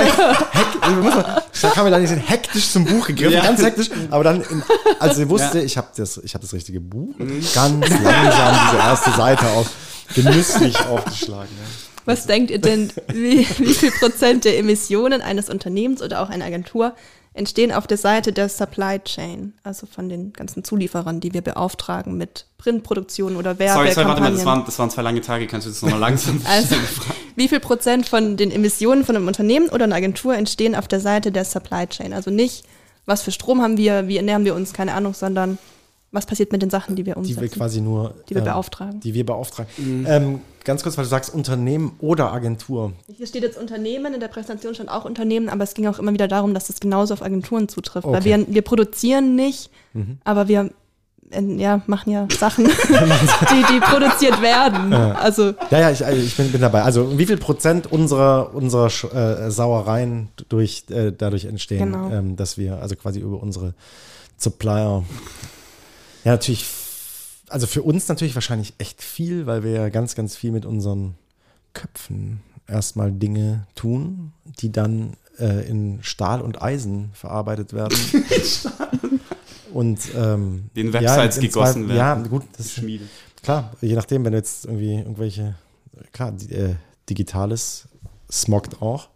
da kam mir dann nicht hektisch zum Buch gegriffen, ganz hektisch, aber dann, als sie wusste, ich habe das richtige Buch, ganz langsam diese erste Seite genüsslich aufgeschlagen. Ja. Was denkt ihr denn, wie viel Prozent der Emissionen eines Unternehmens oder auch einer Agentur entstehen auf der Seite der Supply Chain, also von den ganzen Zulieferern, die wir beauftragen mit Printproduktion oder Werbekampagnen. Sorry, das waren 2 lange Tage, kannst du das nochmal langsam Also, wie viel Prozent von den Emissionen von einem Unternehmen oder einer Agentur entstehen auf der Seite der Supply Chain? Also nicht, was für Strom haben wir, wie ernähren wir uns, keine Ahnung, sondern was passiert mit den Sachen, die wir umsetzen? Die wir quasi nur... Die wir beauftragen. Ganz kurz, weil du sagst Unternehmen oder Agentur. Hier steht jetzt Unternehmen, in der Präsentation stand auch Unternehmen, aber es ging auch immer wieder darum, dass das genauso auf Agenturen zutrifft. Okay. Weil wir produzieren nicht, aber wir machen ja Sachen, die produziert werden. Ja. Also ich bin dabei. Also wie viel Prozent unserer Sauereien dadurch entstehen, genau. Dass wir also quasi über unsere Supplier, ja natürlich, also für uns natürlich wahrscheinlich echt viel, weil wir ja ganz, ganz viel mit unseren Köpfen erstmal Dinge tun, die dann in Stahl und Eisen verarbeitet werden. Und den Websites gegossen werden. Ja, gut, das Schmiede. Klar, je nachdem, wenn du jetzt irgendwie irgendwelche, klar, Digitales smoggt auch.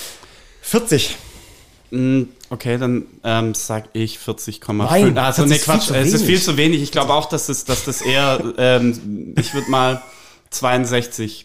40. Okay, dann sag ich 40,5. Nein, also nee, Quatsch, es ist viel zu wenig. Ich glaube auch, dass das eher, ich würde mal 62,3.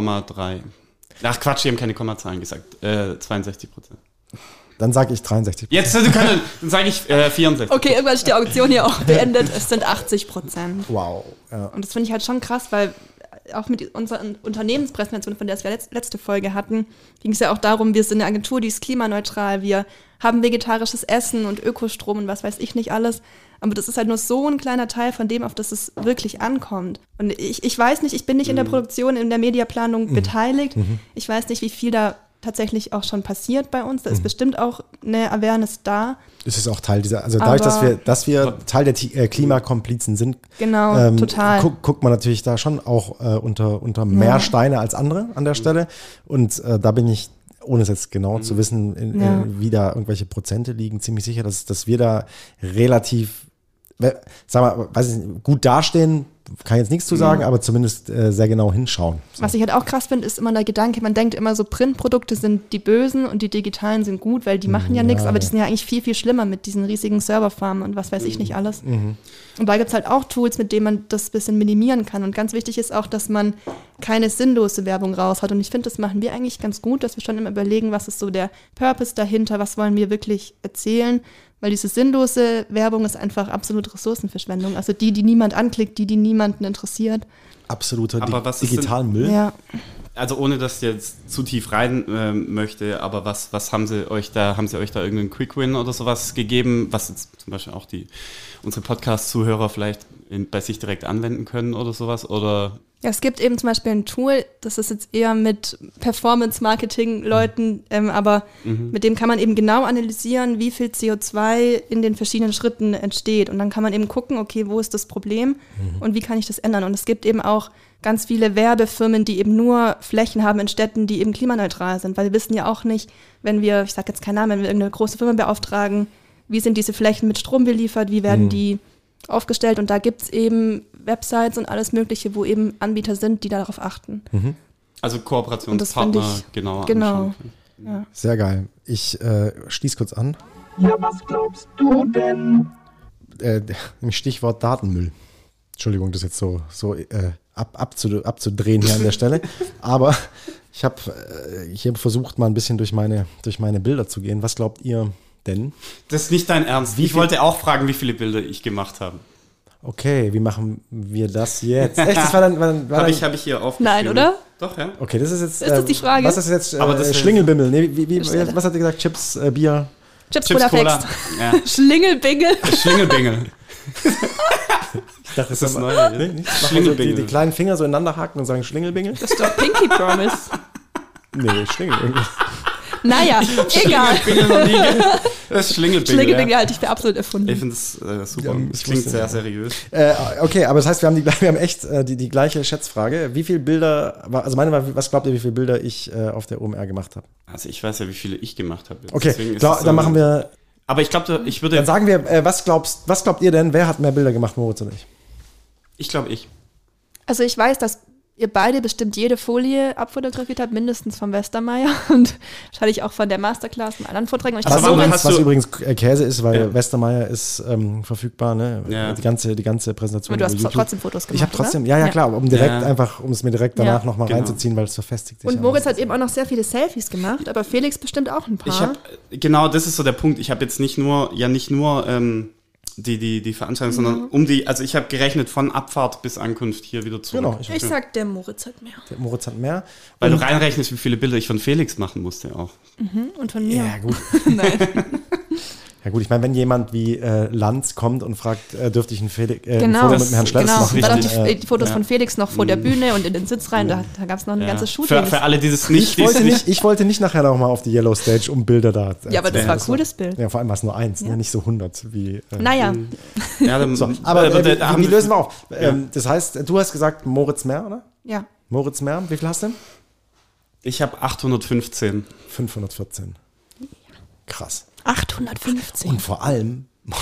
Ach Quatsch, die haben keine Kommazahlen gesagt. 62%. Dann sage ich 63%. Jetzt, dann sage ich 64%. Okay, irgendwann ist die Auktion hier auch beendet. Es sind 80%. Wow. Ja. Und das finde ich halt schon krass, weil auch mit unserer Unternehmenspräsentation, von der wir letzte Folge hatten, ging es ja auch darum, wir sind eine Agentur, die ist klimaneutral, wir haben vegetarisches Essen und Ökostrom und was weiß ich nicht alles. Aber das ist halt nur so ein kleiner Teil von dem, auf das es wirklich ankommt. Und ich weiß nicht, ich bin nicht in der Produktion, in der Mediaplanung beteiligt. Ich weiß nicht, wie viel da tatsächlich auch schon passiert bei uns. Da ist bestimmt auch eine Awareness da. Es ist auch Teil dieser, also dadurch, dass wir Teil der Klimakomplizen sind, genau, total. Guckt man natürlich da schon auch unter mehr Steine als andere an der Stelle. Und da bin ich, ohne es jetzt genau zu wissen, wie da irgendwelche Prozente liegen, ziemlich sicher, dass wir da relativ, sag mal, weiß ich nicht, gut dastehen, kann jetzt nichts zu sagen, aber zumindest sehr genau hinschauen. So. Was ich halt auch krass finde, ist immer der Gedanke, man denkt immer so, Printprodukte sind die Bösen und die digitalen sind gut, weil die machen ja nichts, aber die sind ja eigentlich viel, viel schlimmer mit diesen riesigen Serverfarmen und was weiß ich nicht alles. Und da gibt es halt auch Tools, mit denen man das ein bisschen minimieren kann. Und ganz wichtig ist auch, dass man keine sinnlose Werbung raus hat. Und ich finde, das machen wir eigentlich ganz gut, dass wir schon immer überlegen, was ist so der Purpose dahinter, was wollen wir wirklich erzählen. Weil diese sinnlose Werbung ist einfach absolut Ressourcenverschwendung. Also die niemand anklickt, die niemanden interessiert. Absoluter Digitalmüll. Ja. Also ohne, dass ich jetzt zu tief rein möchte, aber was haben sie euch da irgendeinen Quick-Win oder sowas gegeben, was jetzt zum Beispiel auch unsere Podcast-Zuhörer vielleicht bei sich direkt anwenden können oder sowas? Oder? Ja, es gibt eben zum Beispiel ein Tool, das ist jetzt eher mit Performance-Marketing-Leuten, aber mit dem kann man eben genau analysieren, wie viel CO2 in den verschiedenen Schritten entsteht. Und dann kann man eben gucken, okay, wo ist das Problem und wie kann ich das ändern? Und es gibt eben auch ganz viele Werbefirmen, die eben nur Flächen haben in Städten, die eben klimaneutral sind. Weil wir wissen ja auch nicht, wenn wir, ich sage jetzt keinen Namen, wenn wir irgendeine große Firma beauftragen, wie sind diese Flächen mit Strom beliefert, wie werden die aufgestellt? Und da gibt es eben Websites und alles Mögliche, wo eben Anbieter sind, die darauf achten. Also Kooperationspartner genau. Ja. Sehr geil. Ich schließe kurz an. Ja, was glaubst du denn? Im Stichwort Datenmüll. Entschuldigung, das jetzt so abzudrehen hier an der Stelle. Aber ich habe hier versucht, mal ein bisschen durch meine Bilder zu gehen. Was glaubt ihr denn? Das ist nicht dein Ernst. Ich wollte auch fragen, wie viele Bilder ich gemacht habe. Okay, wie machen wir das jetzt? Echt, das war dann Habe ich hier aufgeschrieben. Nein, oder? Doch, ja. Okay, das ist jetzt. Ist das die Frage? Was ist jetzt Aber das Schlingelbimmel? Nee, was hat ihr gesagt? Chips, Bier? Chips Cola. Ja. Schlingelbingel. Schlingelbingel. Ich dachte, das ist neu. Nee, nicht? Schlingelbingel. Die kleinen Finger so ineinander haken und sagen Schlingelbingel? Das ist doch Pinky Promise. Nee, Schlingelbingel. Naja, egal. Das ist Schlingelbingel. Schlingelbingel halte ich für absolut erfunden. Ich finde es super. Es klingt sehr seriös. Okay, aber das heißt, wir haben echt die gleiche Schätzfrage. Wie viele Bilder, also meine war, was glaubt ihr, wie viele Bilder ich auf der OMR gemacht habe? Also ich weiß ja, wie viele ich gemacht habe. Okay, dann machen wir. Aber ich glaube, ich würde. Dann sagen wir, was glaubt ihr denn, wer hat mehr Bilder gemacht, Moritz oder ich? Ich glaube, ich. Also ich weiß, dass ihr beide bestimmt jede Folie abfotografiert habt, mindestens vom Westermeier und wahrscheinlich auch von der Masterclass und anderen Vorträgen. Was übrigens Käse ist, weil Westermeier ist verfügbar, ne? Ja. Die ganze Präsentation. Aber du hast trotzdem Fotos gemacht, Ich habe trotzdem, oder? ja klar, um es mir direkt danach nochmal reinzuziehen, weil es verfestigt sich. Und Moritz hat eben auch noch sehr viele Selfies gemacht, aber Felix bestimmt auch ein paar. Genau, das ist so der Punkt. Ich habe jetzt nicht nur die Veranstaltung, sondern also ich habe gerechnet von Abfahrt bis Ankunft hier wieder zurück. Genau. Ich sag, der Moritz hat mehr. Der Moritz hat mehr. Weil du reinrechnest, wie viele Bilder ich von Felix machen musste auch. Und von mir. Ja, gut. Nein. Ja gut, ich meine, wenn jemand wie Lanz kommt und fragt, dürfte ich ein Foto mit dem Herrn Schlenz machen? Dann die Fotos von Felix noch vor der Bühne und in den Sitz rein, da gab es noch ein ganzes Shooting. Für alle, die das nicht... Ich wollte nicht nachher noch mal auf die Yellow Stage, um Bilder da zu Ja, aber das war ein cooles Bild. Ja, vor allem war es nur eins, ne? Nicht so 100 wie... Naja. So, aber wie lösen wir auf? Das heißt, du hast gesagt Moritz Mehr, oder? Ja. Moritz Mehr, wie viel hast du denn? Ich habe 815. 514. Krass. 815. Und vor allem,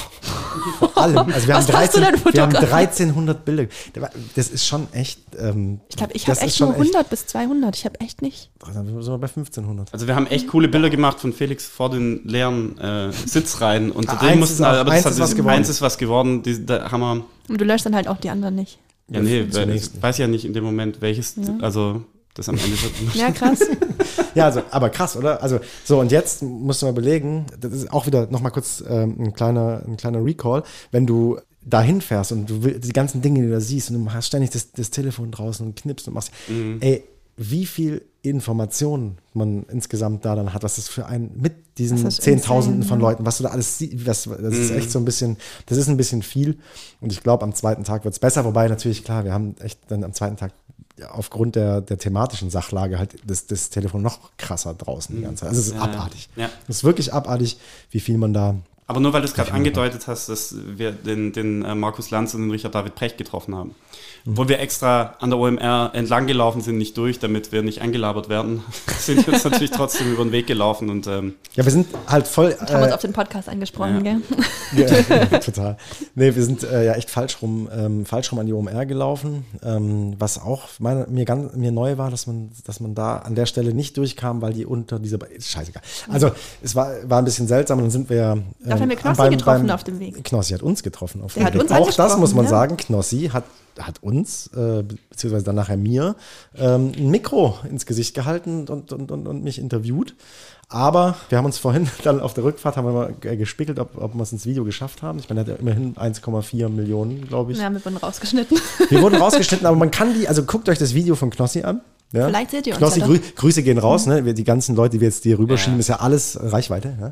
also wir haben 1300 Bilder. Das ist schon echt. Ich glaube, ich habe echt nur 100 bis 200. Ich habe echt nicht. Dann sind wir bei 1500. Also wir haben echt coole Bilder gemacht von Felix vor den leeren Sitzreihen. Und drin mussten aber eins ist was geworden. Da haben wir. Und du löscht dann halt auch die anderen nicht. Ja, nee, ich weiß ja nicht in dem Moment, welches, also das am Ende wird. Ja, krass. Ja, also, aber krass, oder? Also, so, und jetzt musst du mal überlegen, das ist auch wieder nochmal kurz ein kleiner Recall, wenn du da hinfährst und du die ganzen Dinge, die du da siehst und du hast ständig das Telefon draußen und knippst und machst, ey, wie viel Informationen man insgesamt da dann hat, was das für mit diesen Zehntausenden von Leuten, was du da alles siehst, das ist echt so ein bisschen viel und ich glaube, am zweiten Tag wird es besser, wobei natürlich, klar, wir haben echt dann am zweiten Tag aufgrund der thematischen Sachlage halt das Telefon noch krasser draußen die ganze Zeit. Also es ist abartig. Ja. Es ist wirklich abartig, wie viel man da... Aber nur weil du es gerade angedeutet hast, dass wir den Markus Lanz und den Richard David Precht getroffen haben. Obwohl wir extra an der OMR entlang gelaufen sind, nicht durch, damit wir nicht angelabert werden, sind wir uns natürlich trotzdem über den Weg gelaufen. Und, ja, wir sind halt voll... Und haben uns auf den Podcast angesprochen, gell? Ja, total. Nee, wir sind echt falsch rum an die OMR gelaufen, was auch mir neu war, dass man da an der Stelle nicht durchkam, weil die unter dieser... Scheißegal. Also es war ein bisschen seltsam und dann sind wir... Da haben wir Knossi getroffen auf dem Weg. Knossi hat uns getroffen auf dem Weg. Auch das muss man sagen, Knossi hat uns, beziehungsweise dann nachher mir, ein Mikro ins Gesicht gehalten und mich interviewt. Aber wir haben uns vorhin dann auf der Rückfahrt haben wir mal gespickelt, ob wir es ins Video geschafft haben. Ich meine, er hat ja immerhin 1,4 Millionen, glaube ich. Ja, wir wurden rausgeschnitten. Wir wurden rausgeschnitten, aber man kann also guckt euch das Video von Knossi an. Ja? Vielleicht seht ihr uns. Knossi, Grüße gehen raus, ne? Die ganzen Leute, die wir jetzt hier rüberschieben, ist ja alles Reichweite.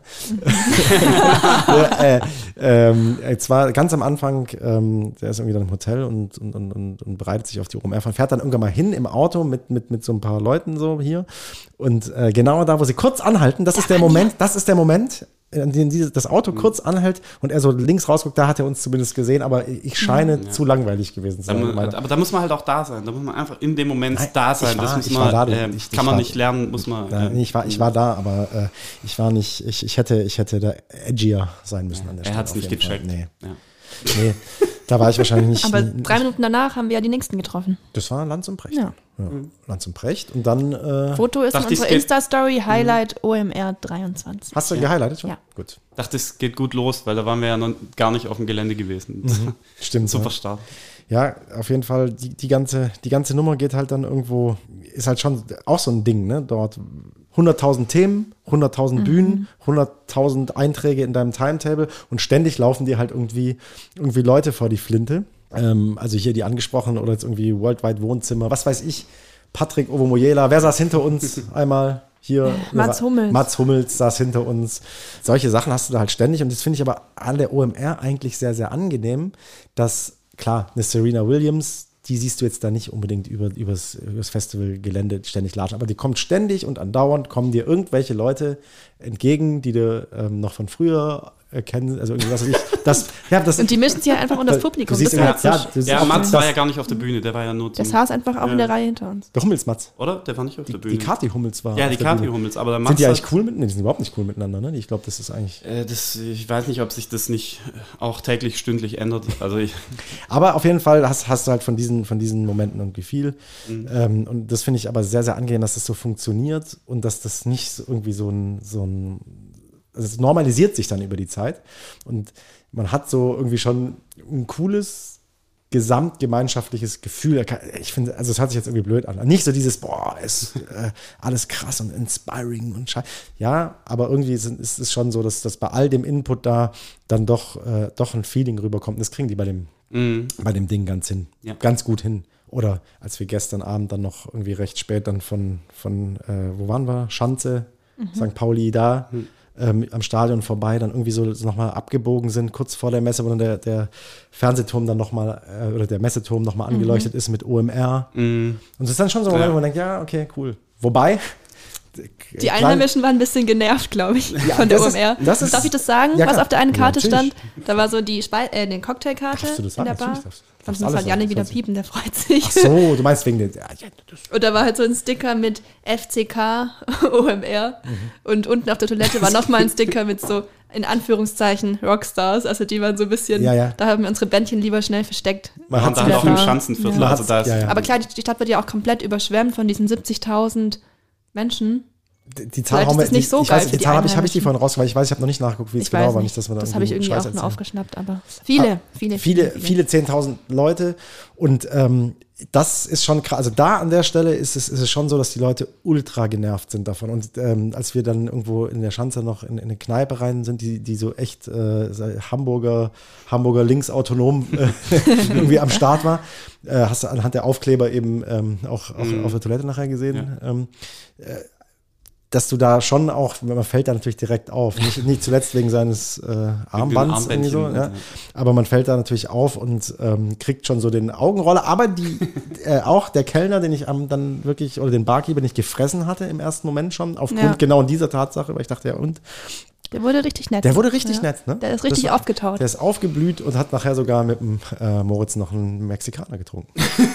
Ja? Jetzt war ganz am Anfang, der ist irgendwie dann im Hotel und bereitet sich auf die OMR, fährt dann irgendwann mal hin im Auto mit so ein paar Leuten so hier und genau da, wo sie kurz anhalten, das ist der Moment, an dem das Auto kurz anhält und er so links rausguckt, da hat er uns zumindest gesehen, aber ich scheine zu langweilig gewesen zu sein. Aber da muss man halt auch da sein, da muss man einfach in dem Moment da sein. Kann man nicht lernen, muss man. Nein, ich war da, aber ich war nicht, ich hätte da edgier sein müssen an der Stelle. Er hat es nicht gecheckt. Nee. Da war ich wahrscheinlich nicht. Aber 3 Minuten danach haben wir ja die nächsten getroffen. Das war Lanz und Precht. Ja. Lanz und Precht und dann... Foto ist in unserer Insta-Story, Highlight OMR 23. Hast du gehighlightet schon? Ja. Gut. Ich dachte, es geht gut los, weil da waren wir ja noch gar nicht auf dem Gelände gewesen. Stimmt. Super Start. Ja, auf jeden Fall, die ganze Nummer geht halt dann irgendwo, ist halt schon auch so ein Ding, ne? Dort 100.000 Themen, 100.000 Bühnen, 100.000 Einträge in deinem Timetable und ständig laufen dir halt irgendwie Leute vor die Flinte. Also hier die angesprochenen oder jetzt irgendwie Worldwide Wohnzimmer, was weiß ich, Patrick Ovomoyela, wer saß hinter uns einmal? Hier, Mats Hummels saß hinter uns. Solche Sachen hast du da halt ständig und das finde ich aber an der OMR eigentlich sehr, sehr angenehm, dass, klar, eine Serena Williams, die siehst du jetzt da nicht unbedingt übers Festivalgelände ständig latschen, aber die kommt ständig und andauernd kommen dir irgendwelche Leute entgegen, die du noch von früher kennen, also irgendwas, und die mischen sich ja einfach unter das Publikum. Mats war ja gar nicht auf der Bühne, der war ja nur der saß einfach auch in der Reihe hinter uns. Der Hummels, Mats. Oder? Der war nicht auf der Bühne. Die Kathi Hummels war. Ja, die Kathi Hummels, aber der Mats. Sind die eigentlich cool miteinander? Die sind überhaupt nicht cool miteinander, ne? Ich glaube, das ist eigentlich. Ich weiß nicht, ob sich das nicht auch täglich, stündlich ändert. Aber auf jeden Fall hast du halt von diesen Momenten irgendwie viel. Und das finde ich aber sehr, sehr angenehm, dass das so funktioniert und dass das nicht irgendwie so ein also es normalisiert sich dann über die Zeit und man hat so irgendwie schon ein cooles gesamtgemeinschaftliches Gefühl. Ich finde, also es hört sich jetzt irgendwie blöd an. Nicht so dieses, ist alles krass und inspiring und scheiße. Ja, aber irgendwie ist es schon so, dass bei all dem Input da dann doch ein Feeling rüberkommt. Und das kriegen die bei dem Ding ganz gut hin. Oder als wir gestern Abend dann noch irgendwie recht spät dann von wo waren wir? Schanze, St. Pauli da am Stadion vorbei dann irgendwie so nochmal abgebogen sind, kurz vor der Messe, wo dann der Fernsehturm dann nochmal, oder der Messeturm nochmal angeleuchtet ist mit OMR. Und das ist dann schon so ein Moment, wo man denkt, ja, okay, cool. Wobei, die Einheimischen waren ein bisschen genervt, glaube ich, von der OMR. Darf ich das sagen, was auf der einen Karte stand? Da war so die Cocktailkarte in der Bar. Sonst muss halt Janne wieder piepen, der freut sich. Ach so, du meinst wegen der... Und da war halt so ein Sticker mit FCK, OMR. Und unten auf der Toilette war nochmal ein Sticker mit so, in Anführungszeichen, Rockstars. Also die waren so ein bisschen, da haben wir unsere Bändchen lieber schnell versteckt. Man hat da auch im Schanzenviertel. Ja. Also aber klar, die Stadt wird ja auch komplett überschwemmt von diesen 70.000 Menschen. Die Zahl haben wir nicht so geil. Die Zahl habe ich die vorhin rausgekommen. Ich habe noch nicht nachgeguckt, wie es genau war. Nicht, dass wir das habe ich irgendwie auch nur aufgeschnappt, aber viele 10.000 Leute. Und das ist schon krass. Also da an der Stelle ist es schon so, dass die Leute ultra genervt sind davon. Und als wir dann irgendwo in der Schanze noch in eine Kneipe rein sind, die so echt Hamburger linksautonom irgendwie am Start war, hast du anhand der Aufkleber eben auch auf der Toilette nachher gesehen, dass du da schon auch, man fällt da natürlich direkt auf, nicht zuletzt wegen seines Armbands irgendwie so, ja. Aber man fällt da natürlich auf und kriegt schon so den Augenroller, aber auch der Kellner, den ich dann wirklich, oder den Barkeeper, den ich gefressen hatte im ersten Moment schon, aufgrund genau dieser Tatsache, weil ich dachte, der wurde richtig nett. Der wurde richtig nett, ne? Der ist richtig aufgetaut. Der ist aufgeblüht und hat nachher sogar mit dem Moritz noch einen Mexikaner getrunken.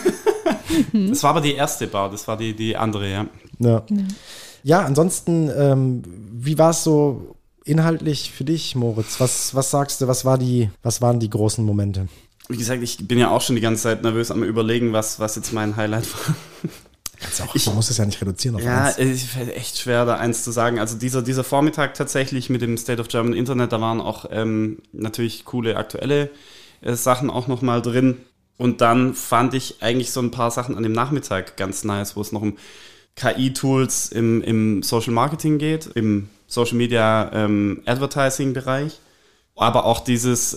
Das war aber die erste Bar, das war die andere, Ja. Ja, ansonsten, wie war es so inhaltlich für dich, Moritz? Was sagst du, was waren die großen Momente? Wie gesagt, ich bin ja auch schon die ganze Zeit nervös am Überlegen, was jetzt mein Highlight war. Du musst es ja nicht reduzieren auf eins. Ja, es fällt echt schwer, da eins zu sagen. Also dieser Vormittag tatsächlich mit dem State of German Internet, da waren auch natürlich coole aktuelle Sachen auch nochmal drin. Und dann fand ich eigentlich so ein paar Sachen an dem Nachmittag ganz nice, wo es noch um KI-Tools im Social Marketing geht, im Social Media Advertising Bereich. Aber auch dieses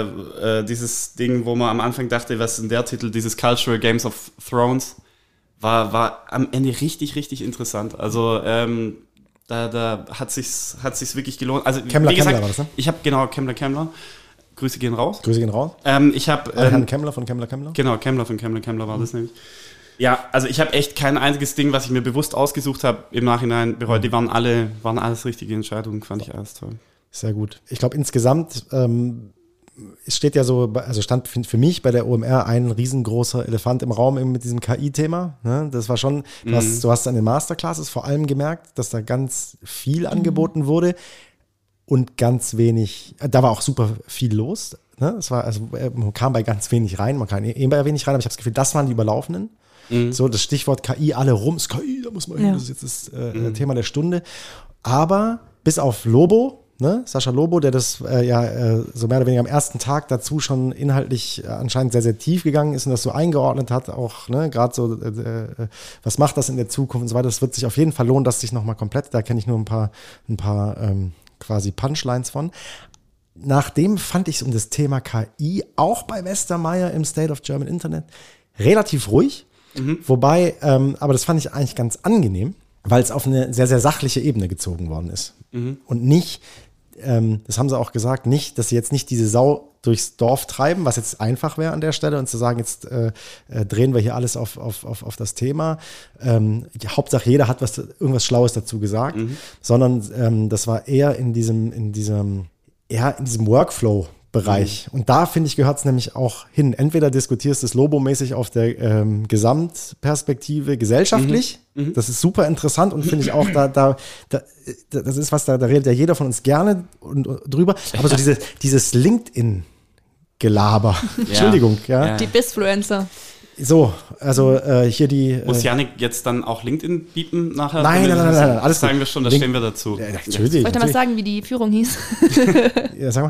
Ding, wo man am Anfang dachte, was ist denn der Titel, dieses Cultural Games of Thrones, war am Ende richtig, richtig interessant. Also da hat sich's wirklich gelohnt. Also Kemmler war das, ne? Ich habe Kemmler. Grüße gehen raus. Ich habe Herrn Kemmler von Kemmler. Genau, Kemmler von Kemmler war das nämlich. Ja, also ich habe echt kein einziges Ding, was ich mir bewusst ausgesucht habe, im Nachhinein bereut. Die waren alles richtige Entscheidungen, fand ich alles toll. Sehr gut. Ich glaube insgesamt, es steht ja so, also stand für mich bei der OMR ein riesengroßer Elefant im Raum eben mit diesem KI-Thema. Ne? Das war schon, du hast an den Masterclasses vor allem gemerkt, dass da ganz viel angeboten wurde und ganz wenig, da war auch super viel los. Ne? Es war, also man kam bei ganz wenig rein, man kam bei wenig rein, aber ich habe das Gefühl, das waren die Überlaufenden. So, das Stichwort KI, alle rum, ist KI, da muss man hin, das ist jetzt das Thema der Stunde. Aber bis auf Lobo, ne, Sascha Lobo, der das so mehr oder weniger am ersten Tag dazu schon inhaltlich anscheinend sehr, sehr tief gegangen ist und das so eingeordnet hat, auch ne, gerade so, was macht das in der Zukunft und so weiter, das wird sich auf jeden Fall lohnen, dass sich nochmal komplett, da kenne ich nur ein paar quasi Punchlines von. Nachdem fand ich es um das Thema KI auch bei Westermeier im State of German Internet relativ ruhig. Wobei, aber das fand ich eigentlich ganz angenehm, weil es auf eine sehr, sehr sachliche Ebene gezogen worden ist. Und nicht, das haben sie auch gesagt, nicht, dass sie jetzt nicht diese Sau durchs Dorf treiben, was jetzt einfach wäre an der Stelle und zu sagen, jetzt drehen wir hier alles auf das Thema. Hauptsache jeder hat irgendwas Schlaues dazu gesagt, sondern das war eher in diesem Workflow-Bereich. Und da, finde ich, gehört es nämlich auch hin. Entweder diskutierst du es lobomäßig auf der Gesamtperspektive gesellschaftlich. Das ist super interessant und finde ich auch, das ist was, da redet ja jeder von uns gerne drüber. Aber so dieses LinkedIn-Gelaber. Entschuldigung. Ja. Die Bisfluencer. So, also hier die... Muss Jannik jetzt dann auch LinkedIn bieten nachher? Nein, alles sagen wir schon, da stehen wir dazu. Ja, natürlich. Soll ich mal sagen, wie die Führung hieß? Ja, sag mal.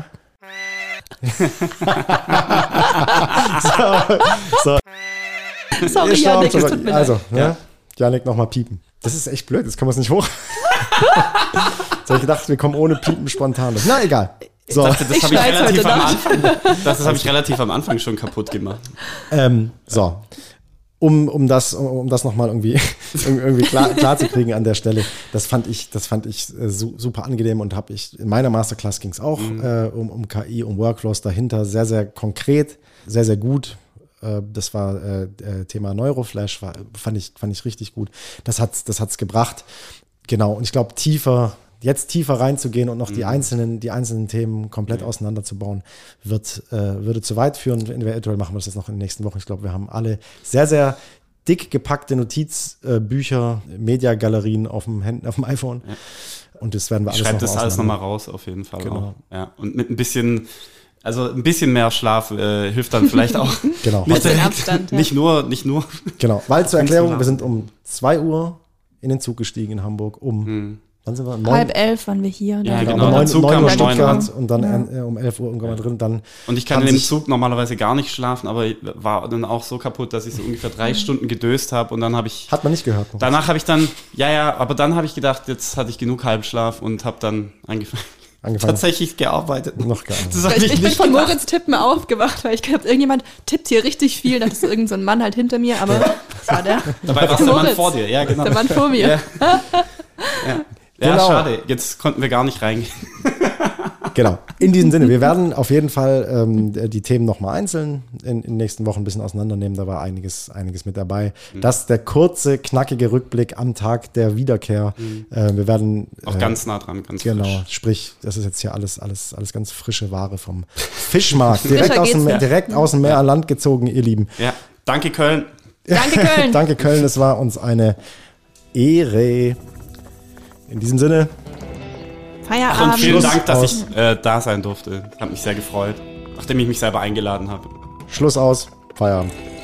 Sorry, Jannik, es tut mir leid. Also, Jannik nochmal piepen. Das ist echt blöd, jetzt können wir es nicht hoch. Jetzt habe ich gedacht, wir kommen ohne Piepen spontan. Na, egal. So. Das habe ich relativ am Anfang schon kaputt gemacht. So. um das nochmal irgendwie klar zu kriegen an der Stelle. Das fand ich super angenehm und habe ich, in meiner Masterclass ging es auch um KI, um Workflows dahinter, sehr, sehr konkret, sehr, sehr gut. Das war Thema Neuroflash, fand ich richtig gut. Das hat's gebracht. Genau, und ich glaube, tiefer reinzugehen und noch die einzelnen Themen komplett auseinanderzubauen, würde zu weit führen. Eventuell machen wir das jetzt noch in den nächsten Wochen. Ich glaube, wir haben alle sehr, sehr dick gepackte Notizbücher, Mediagalerien auf dem iPhone. Ja. Und das werden wir alles Schreibt das alles nochmal raus, auf jeden Fall. Genau. Auch. Ja. Und mit ein bisschen mehr Schlaf hilft dann vielleicht auch. Genau. Nicht nur. Genau, weil zur Erklärung, wir sind um 2 Uhr in den Zug gestiegen in Hamburg, wann sind wir? 10:30 waren wir hier. Ja, genau. 9 Uhr Stuttgart und dann um 11 Uhr irgendwann mal drin. Dann und ich kann in dem Zug normalerweise gar nicht schlafen, aber war dann auch so kaputt, dass ich so ungefähr 3 Stunden gedöst habe und dann habe ich... Hat man nicht gehört. Danach habe ich dann, aber dann habe ich gedacht, jetzt hatte ich genug Halbschlaf und habe dann angefangen. Tatsächlich gearbeitet. Noch gar nicht. Ich bin von Moritz Tippen aufgewacht, weil ich glaube, irgendjemand tippt hier richtig viel. Da ist irgend so ein Mann halt hinter mir, aber das war der. Dabei war es der Mann vor dir, ja genau. Der Mann vor mir. Ja. Ja, genau. Schade. Jetzt konnten wir gar nicht reingehen. Genau. In diesem Sinne, wir werden auf jeden Fall die Themen nochmal einzeln in den nächsten Wochen ein bisschen auseinandernehmen. Da war einiges mit dabei. Das ist der kurze, knackige Rückblick am Tag der Wiederkehr. Wir werden auch ganz nah dran, ganz genau, frisch. Sprich, das ist jetzt hier alles ganz frische Ware vom Fischmarkt. direkt aus dem Meer an Land gezogen, ihr Lieben. Ja, danke Köln. Danke Köln. Danke Köln, es war uns eine Ehre. In diesem Sinne. Feierabend. Und vielen Dank, dass ich da sein durfte. Hat mich sehr gefreut, nachdem ich mich selber eingeladen habe. Schluss aus. Feierabend.